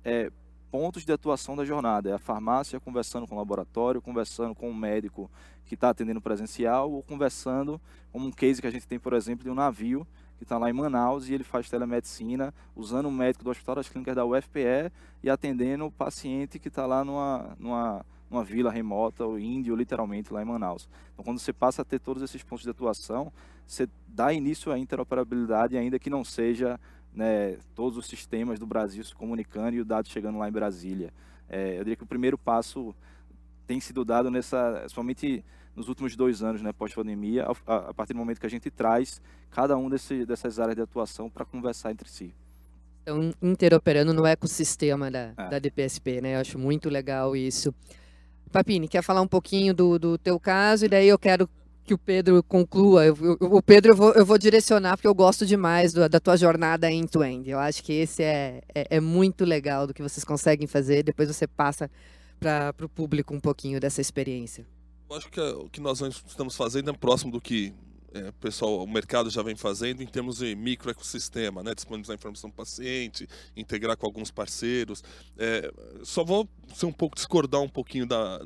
pontos de atuação da jornada. É a farmácia conversando com o laboratório, conversando com o médico que está atendendo presencial, ou conversando, como um case que a gente tem, por exemplo, de um navio que está lá em Manaus e ele faz telemedicina, usando o médico do Hospital das Clínicas da UFPE e atendendo o paciente que está lá numa vila remota, ou índio, literalmente, lá em Manaus. Então, quando você passa a ter todos esses pontos de atuação, você dá início à interoperabilidade, ainda que não seja, né, todos os sistemas do Brasil se comunicando e o dado chegando lá em Brasília. Eu diria que o primeiro passo tem sido dado somente nos últimos 2 anos, né, pós-pandemia, a partir do momento que a gente traz cada um dessas áreas de atuação para conversar entre si. Então, interoperando no ecossistema da DPSP, né? Eu acho muito legal isso. Papini, quer falar um pouquinho do teu caso? E daí eu quero que o Pedro conclua. O Pedro eu vou direcionar, porque eu gosto demais da tua jornada end-to-end. Eu acho que esse é muito legal do que vocês conseguem fazer. Depois você passa para o público um pouquinho dessa experiência. Eu acho que o que nós estamos fazendo é próximo do que o mercado já vem fazendo em termos de microecossistema, né? Disponibilizar informação do paciente, integrar com alguns parceiros. Só vou discordar um pouquinho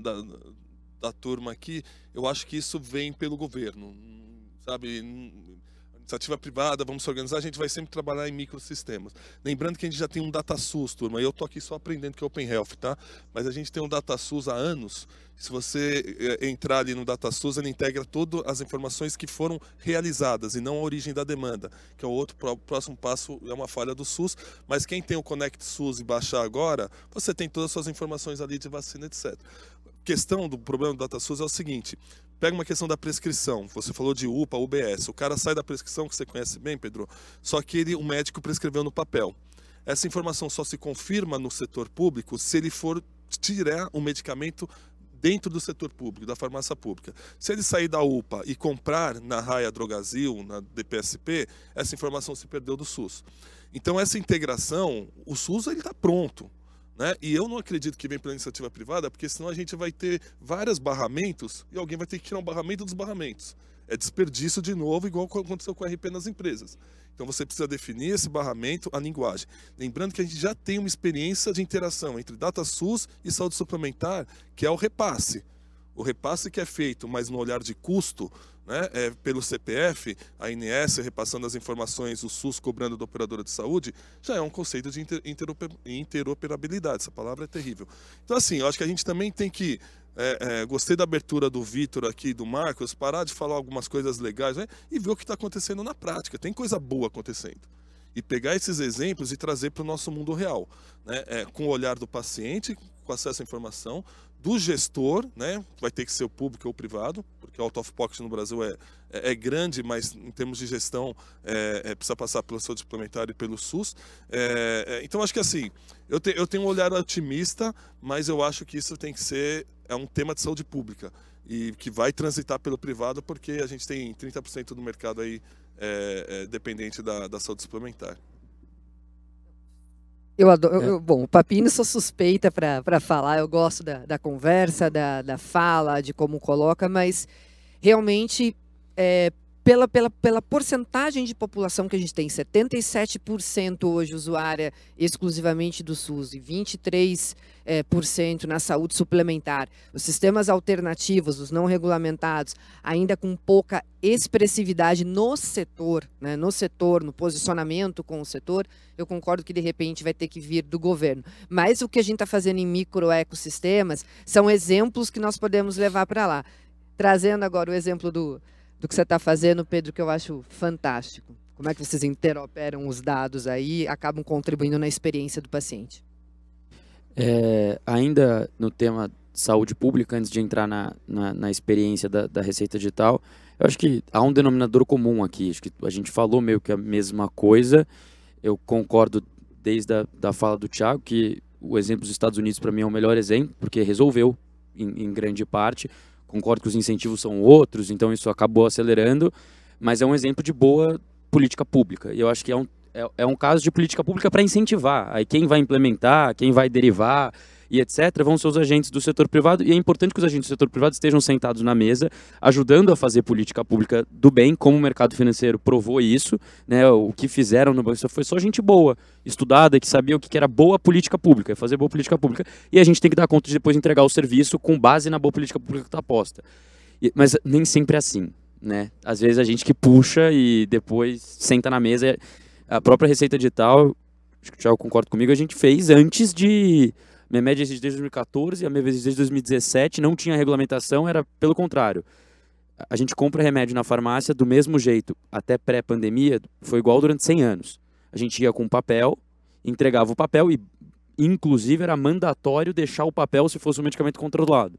da turma aqui. Eu acho que isso vem pelo governo, sabe? Iniciativa privada, vamos se organizar, a gente vai sempre trabalhar em microsistemas. Lembrando que a gente já tem um DataSUS, turma, e eu tô aqui só aprendendo que é Open Health, tá? Mas a gente tem um DataSUS há anos. Se você entrar ali no DataSUS, ele integra todas as informações que foram realizadas e não a origem da demanda, que é o outro próximo passo, é uma falha do SUS. Mas quem tem o Connect SUS e baixar agora, você tem todas as suas informações ali de vacina, etc. A questão do problema do DataSUS é o seguinte: pega uma questão da prescrição, você falou de UPA, UBS, o cara sai da prescrição, que você conhece bem, Pedro, só que o médico prescreveu no papel. Essa informação só se confirma no setor público se ele for tirar o medicamento dentro do setor público, da farmácia pública. Se ele sair da UPA e comprar na Raia Drogasil, na DPSP, essa informação se perdeu do SUS. Então essa integração, o SUS está pronto, né? E eu não acredito que vem pela iniciativa privada, porque senão a gente vai ter vários barramentos e alguém vai ter que tirar um barramento dos barramentos. É desperdício de novo, igual aconteceu com o RP nas empresas. Então você precisa definir esse barramento, a linguagem. Lembrando que a gente já tem uma experiência de interação entre DataSUS e saúde suplementar, que é o repasse. O repasse que é feito, mas no olhar de custo, né, pelo CPF, a INS repassando as informações, o SUS cobrando da operadora de saúde, já é um conceito de interoperabilidade. Essa palavra é terrível. Então, assim, eu acho que a gente também tem que... gostei da abertura do Vitor aqui, do Marcos, parar de falar algumas coisas legais, né, e ver o que está acontecendo na prática. Tem coisa boa acontecendo. E pegar esses exemplos e trazer para o nosso mundo real, né, com o olhar do paciente, com acesso à informação, do gestor, né, vai ter que ser o público ou o privado, porque o out of pocket no Brasil é grande, mas em termos de gestão precisa passar pela saúde suplementar e pelo SUS. Então acho que assim, eu tenho um olhar otimista, mas eu acho que isso tem que ser um tema de saúde pública e que vai transitar pelo privado, porque a gente tem 30% do mercado aí dependente da saúde suplementar. Eu adoro. Bom, o Papini sou suspeita para falar, eu gosto da conversa, da fala, de como coloca, mas realmente, pela porcentagem de população que a gente tem, 77% hoje usuária exclusivamente do SUS e 23% na saúde suplementar, os sistemas alternativos, os não regulamentados, ainda com pouca expressividade no setor, né, no posicionamento com o setor, eu concordo que de repente vai ter que vir do governo. Mas o que a gente está fazendo em microecossistemas são exemplos que nós podemos levar para lá. Trazendo agora o exemplo do que você está fazendo, Pedro, que eu acho fantástico. Como é que vocês interoperam os dados aí e acabam contribuindo na experiência do paciente? Ainda no tema saúde pública, antes de entrar na experiência da Receita Digital, eu acho que há um denominador comum aqui. Acho que a gente falou meio que a mesma coisa. Eu concordo desde a fala do Thiago, que o exemplo dos Estados Unidos para mim é o melhor exemplo, porque resolveu em grande parte. Concordo que os incentivos são outros, então isso acabou acelerando, mas é um exemplo de boa política pública. E eu acho que é um caso de política pública para incentivar. Aí quem vai implementar, quem vai derivar e etc., vão ser os agentes do setor privado, e é importante que os agentes do setor privado estejam sentados na mesa, ajudando a fazer política pública do bem, como o mercado financeiro provou isso, né? O que fizeram no banco foi só gente boa, estudada, que sabia o que era boa política pública, fazer boa política pública, e a gente tem que dar conta de depois entregar o serviço com base na boa política pública que está posta. Mas nem sempre é assim, né? Às vezes a gente que puxa e depois senta na mesa. A própria Receita Digital, acho que o Thiago concorda comigo, a gente fez antes de... Minha média existe desde 2014, a minha existe desde 2017, não tinha regulamentação, era pelo contrário. A gente compra remédio na farmácia do mesmo jeito, até pré-pandemia, foi igual durante 100 anos. A gente ia com papel, entregava o papel e, inclusive, era mandatório deixar o papel se fosse um medicamento controlado.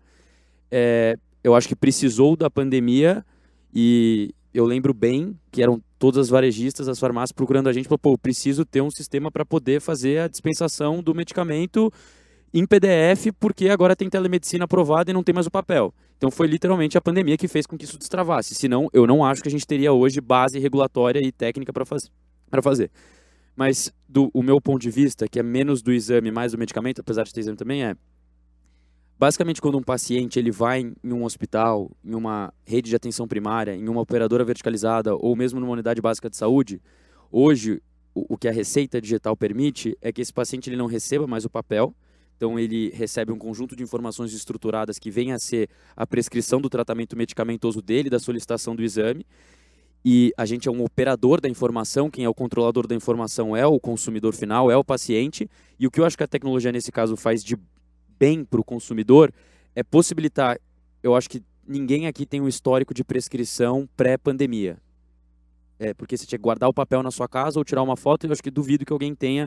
Eu acho que precisou da pandemia e eu lembro bem que eram todas as varejistas, as farmácias procurando a gente, pô, preciso ter um sistema para poder fazer a dispensação do medicamento em PDF, porque agora tem telemedicina aprovada e não tem mais o papel. Então foi literalmente a pandemia que fez com que isso destravasse. Senão, eu não acho que a gente teria hoje base regulatória e técnica para fazer. Mas, o meu ponto de vista, que é menos do exame, mais do medicamento, apesar de ter exame também, basicamente, quando um paciente ele vai em um hospital, em uma rede de atenção primária, em uma operadora verticalizada ou mesmo numa unidade básica de saúde, hoje, o que a Receita Digital permite é que esse paciente ele não receba mais o papel. Então, ele recebe um conjunto de informações estruturadas que vem a ser a prescrição do tratamento medicamentoso dele, da solicitação do exame. E a gente é um operador da informação, quem é o controlador da informação é o consumidor final, é o paciente. E o que eu acho que a tecnologia, nesse caso, faz de bem para o consumidor é possibilitar... Eu acho que ninguém aqui tem um histórico de prescrição pré-pandemia. Porque você tinha que guardar o papel na sua casa ou tirar uma foto, e eu acho que duvido que alguém tenha...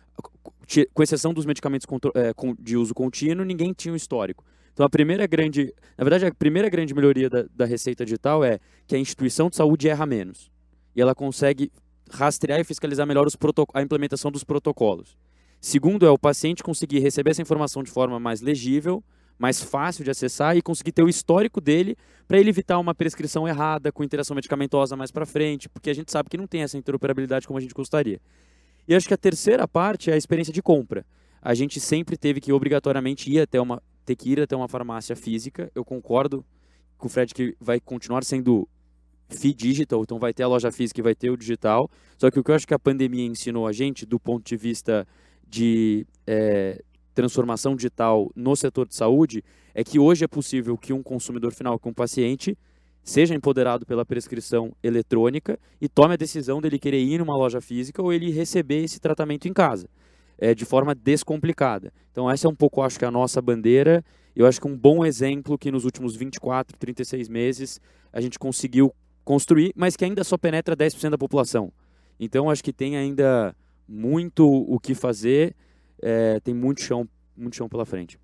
Com exceção dos medicamentos de uso contínuo, ninguém tinha um histórico. Então, a primeira grande melhoria da Receita Digital é que a instituição de saúde erra menos. E ela consegue rastrear e fiscalizar melhor a implementação dos protocolos. Segundo, é o paciente conseguir receber essa informação de forma mais legível, mais fácil de acessar e conseguir ter o histórico dele para ele evitar uma prescrição errada com interação medicamentosa mais para frente, porque a gente sabe que não tem essa interoperabilidade como a gente gostaria. E acho que a terceira parte é a experiência de compra. A gente sempre teve que obrigatoriamente ir até uma farmácia física. Eu concordo com o Fred que vai continuar sendo digital, então vai ter a loja física e vai ter o digital. Só que o que eu acho que a pandemia ensinou a gente, do ponto de vista de transformação digital no setor de saúde, é que hoje é possível que um consumidor final, que um paciente, seja empoderado pela prescrição eletrônica e tome a decisão dele querer ir numa loja física ou ele receber esse tratamento em casa, de forma descomplicada. Então essa é um pouco, acho que, a nossa bandeira. Eu acho que um bom exemplo que nos últimos 24, 36 meses a gente conseguiu construir, mas que ainda só penetra 10% da população. Então acho que tem ainda muito o que fazer, tem muito chão pela frente.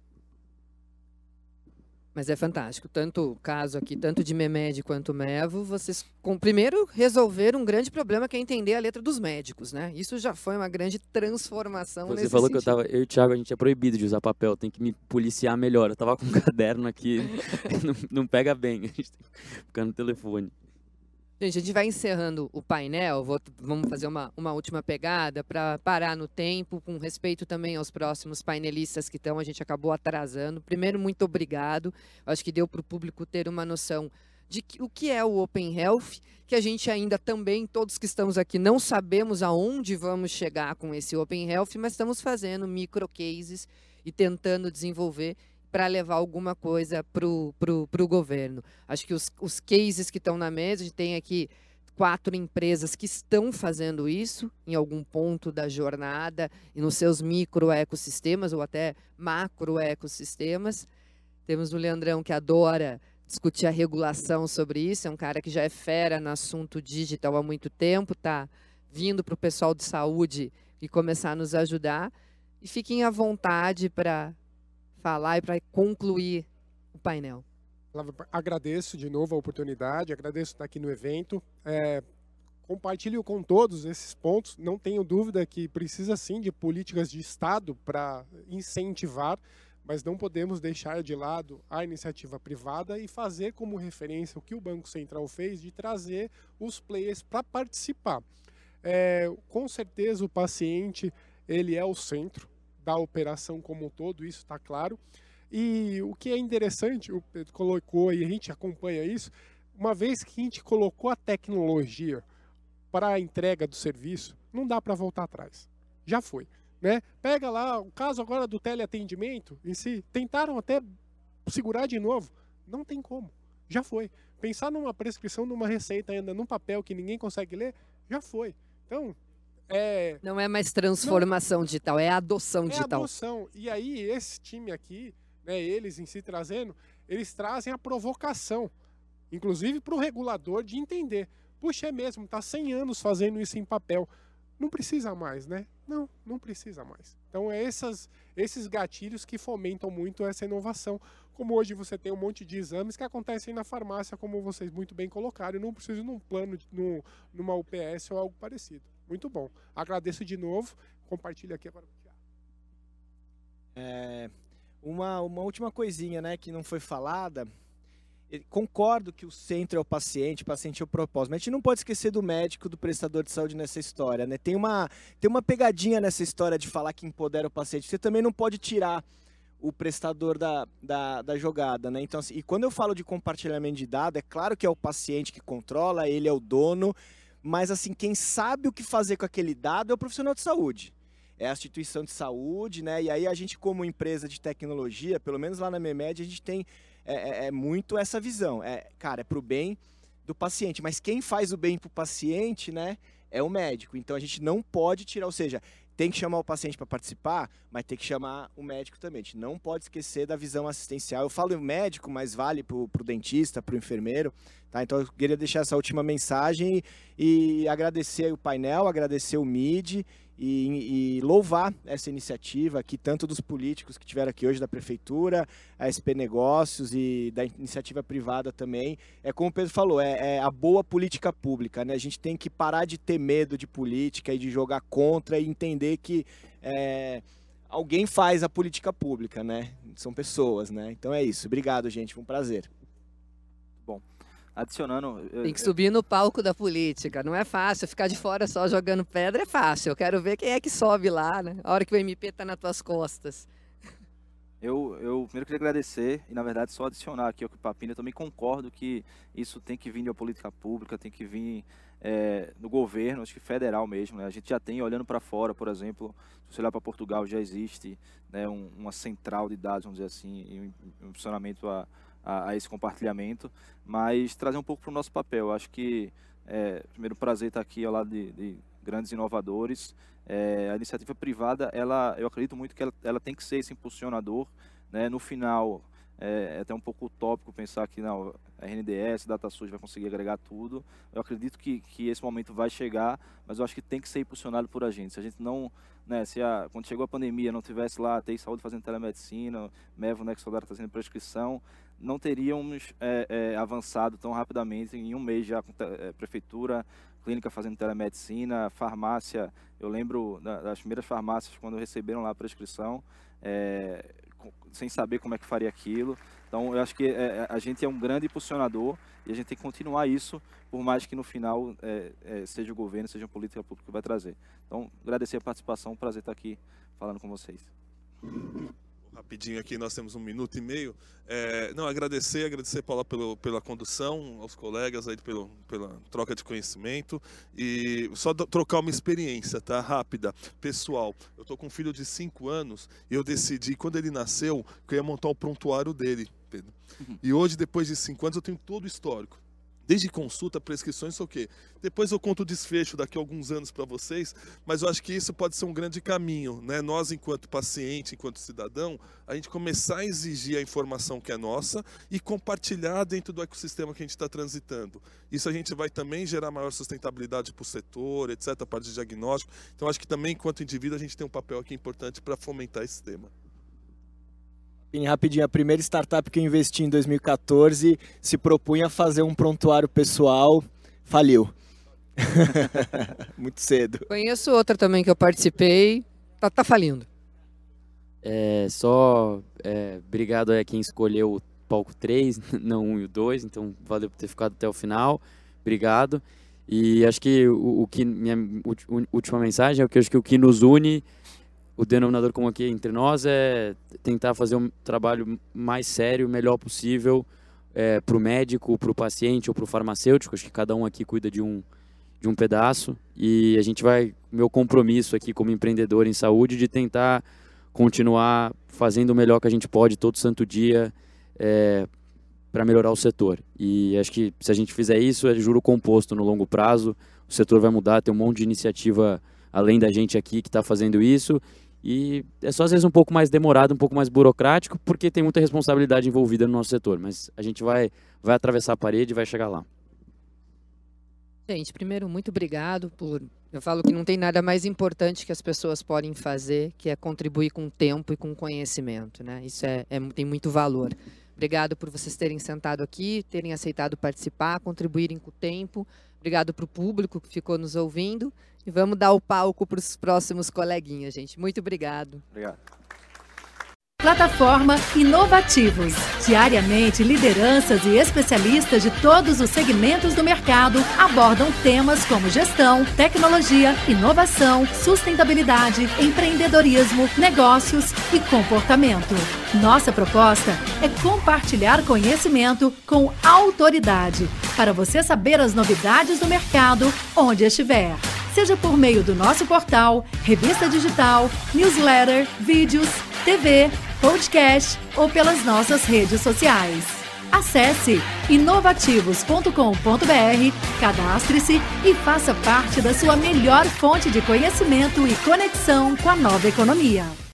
Mas é fantástico, tanto o caso aqui, tanto de MEMED quanto MEVO, vocês primeiro resolveram um grande problema que é entender a letra dos médicos, né? Isso já foi uma grande transformação Você nesse falou sentido. que eu e o Thiago, a gente é proibido de usar papel, tem que me policiar melhor. Eu tava com um caderno aqui, não pega bem, a gente tem que ficar no telefone. Gente, a gente vai encerrando o painel, vamos fazer uma última pegada para parar no tempo, com respeito também aos próximos painelistas que estão, a gente acabou atrasando. Primeiro, muito obrigado, acho que deu para o público ter uma noção de o que é o Open Health, que a gente ainda também, todos que estamos aqui, não sabemos aonde vamos chegar com esse Open Health, mas estamos fazendo micro cases e tentando desenvolver para levar alguma coisa para o governo. Acho que os cases que estão na mesa, a gente tem aqui 4 empresas que estão fazendo isso em algum ponto da jornada e nos seus microecossistemas ou até macroecossistemas. Temos o Leandrão, que adora discutir a regulação sobre isso, é um cara que já é fera no assunto digital há muito tempo, está vindo para o pessoal de saúde e começar a nos ajudar. E fiquem à vontade para falar e para concluir o painel. Agradeço de novo a oportunidade, agradeço estar aqui no evento. Compartilho com todos esses pontos. Não tenho dúvida que precisa sim de políticas de Estado para incentivar, mas não podemos deixar de lado a iniciativa privada e fazer como referência o que o Banco Central fez de trazer os players para participar. Com certeza o paciente ele é o centro da operação como um todo, isso está claro. E o que é interessante, o Pedro colocou e a gente acompanha isso, uma vez que a gente colocou a tecnologia para a entrega do serviço, não dá para voltar atrás. Já foi, né? Pega lá o caso agora do teleatendimento em si, tentaram até segurar de novo, não tem como, já foi. Pensar numa prescrição, numa receita ainda num papel que ninguém consegue ler, já foi. Então, não é mais transformação digital, é adoção digital. É adoção. E aí, esse time aqui, né, eles em si trazendo, eles trazem a provocação, inclusive para o regulador de entender. Puxa, é mesmo, está 100 anos fazendo isso em papel. Não precisa mais, né? Não precisa mais. Então, esses gatilhos que fomentam muito essa inovação. Como hoje você tem um monte de exames que acontecem na farmácia, como vocês muito bem colocaram, e não precisa num plano, numa UPS ou algo parecido. Muito bom. Agradeço de novo. Compartilho aqui agora com o Thiago. Uma última coisinha, né, que não foi falada. Concordo que o centro é o paciente é o propósito. Mas a gente não pode esquecer do médico, do prestador de saúde nessa história, né? Tem uma pegadinha nessa história de falar que empodera o paciente. Você também não pode tirar o prestador da jogada, né? Então, assim, e quando eu falo de compartilhamento de dados, é claro que é o paciente que controla, ele é o dono, mas assim, quem sabe o que fazer com aquele dado é o profissional de saúde. É a instituição de saúde, né? E aí a gente, como empresa de tecnologia, pelo menos lá na MEMED, a gente tem muito essa visão. Cara, é pro bem do paciente, mas quem faz o bem pro paciente, né, é o médico. Então a gente não pode tirar, ou seja, tem que chamar o paciente para participar, mas tem que chamar o médico também. A gente não pode esquecer da visão assistencial. Eu falo médico, mas vale pro dentista, pro enfermeiro. Tá? Então eu queria deixar essa última mensagem e agradecer o painel, agradecer o MID e louvar essa iniciativa aqui, tanto dos políticos que estiveram aqui hoje, da Prefeitura, a SP Negócios e da iniciativa privada também. Como o Pedro falou, é a boa política pública, né? A gente tem que parar de ter medo de política e de jogar contra e entender que alguém faz a política pública, né? São pessoas, né? Então é isso. Obrigado, gente. Foi um prazer. Bom, adicionando... Tem que subir no palco da política, não é fácil. Ficar de fora só jogando pedra é fácil. Eu quero ver quem é que sobe lá, né? A hora que o MP está nas tuas costas. Eu primeiro queria agradecer e, na verdade, só adicionar aqui ao que o Papini, eu também concordo que isso tem que vir de uma política pública, tem que vir do governo, acho que federal mesmo, né? A gente já tem, olhando para fora, por exemplo, se você olhar para Portugal, já existe, né, uma central de dados, vamos dizer assim, e um funcionamento a esse compartilhamento, mas trazer um pouco para o nosso papel. Eu acho que, primeiro, prazer estar aqui ao lado de grandes inovadores. A iniciativa privada, eu acredito muito que ela tem que ser esse impulsionador, né? No final, é até um pouco utópico pensar que não, a RNDS, DataSUS vai conseguir agregar tudo. Eu acredito que esse momento vai chegar, mas eu acho que tem que ser impulsionado por a gente. Se a gente não, né, quando chegou a pandemia, não tivesse lá a TI Saúde fazendo telemedicina, Mevo, Nexodara fazendo prescrição, não teríamos avançado tão rapidamente. Em um mês já com prefeitura, clínica fazendo telemedicina, farmácia. Eu lembro das primeiras farmácias quando receberam lá a prescrição, sem saber como é que faria aquilo. Então, eu acho que a gente é um grande impulsionador e a gente tem que continuar isso, por mais que no final seja o governo, seja a política pública que vai trazer. Então, agradecer a participação, prazer estar aqui falando com vocês. Rapidinho aqui, nós temos 1 minuto e meio. Agradecer, Paula, pela condução, aos colegas aí pela troca de conhecimento e só trocar uma experiência, tá? Rápida, pessoal. Eu tô com um filho de 5 anos e eu decidi, quando ele nasceu, que eu ia montar o prontuário dele, Pedro. E hoje, depois de 5 anos, eu tenho todo o histórico. Desde consulta, prescrições, sei o quê. Depois eu conto o desfecho daqui a alguns anos para vocês, mas eu acho que isso pode ser um grande caminho, né? Nós, enquanto paciente, enquanto cidadão, a gente começar a exigir a informação que é nossa e compartilhar dentro do ecossistema que a gente está transitando. Isso a gente vai também gerar maior sustentabilidade para o setor, etc., a parte de diagnóstico. Então, acho que também, enquanto indivíduo, a gente tem um papel aqui importante para fomentar esse tema. Bem rapidinho, a primeira startup que eu investi em 2014 se propunha a fazer um prontuário pessoal, faliu. Muito cedo. Conheço outra também que eu participei, tá falindo. Obrigado a quem escolheu o palco 3, não 1 e o 2, então valeu por ter ficado até o final, obrigado. E acho que minha última mensagem é que eu acho que o que nos une, o denominador comum aqui entre nós, é tentar fazer um trabalho mais sério, o melhor possível para o médico, para o paciente ou para o farmacêutico. Acho que cada um aqui cuida de um pedaço e a gente meu compromisso aqui como empreendedor em saúde de tentar continuar fazendo o melhor que a gente pode todo santo dia para melhorar o setor. E acho que se a gente fizer isso, é juro composto no longo prazo, o setor vai mudar, tem um monte de iniciativa além da gente aqui que está fazendo isso. E é só às vezes um pouco mais demorado, um pouco mais burocrático, porque tem muita responsabilidade envolvida no nosso setor. Mas a gente vai atravessar a parede e vai chegar lá. Gente, primeiro, muito obrigado por... Eu falo que não tem nada mais importante que as pessoas podem fazer, que é contribuir com tempo e com conhecimento, né? Isso tem muito valor. Obrigado por vocês terem sentado aqui, terem aceitado participar, contribuírem com o tempo. Obrigado para o público que ficou nos ouvindo. E vamos dar o palco para os próximos coleguinhas, gente. Muito obrigado. Obrigado. Plataforma Inovativos. Diariamente, lideranças e especialistas de todos os segmentos do mercado abordam temas como gestão, tecnologia, inovação, sustentabilidade, empreendedorismo, negócios e comportamento. Nossa proposta é compartilhar conhecimento com autoridade, para você saber as novidades do mercado onde estiver. Seja por meio do nosso portal, revista digital, newsletter, vídeos, TV, podcast ou pelas nossas redes sociais. Acesse inovativos.com.br, cadastre-se e faça parte da sua melhor fonte de conhecimento e conexão com a nova economia.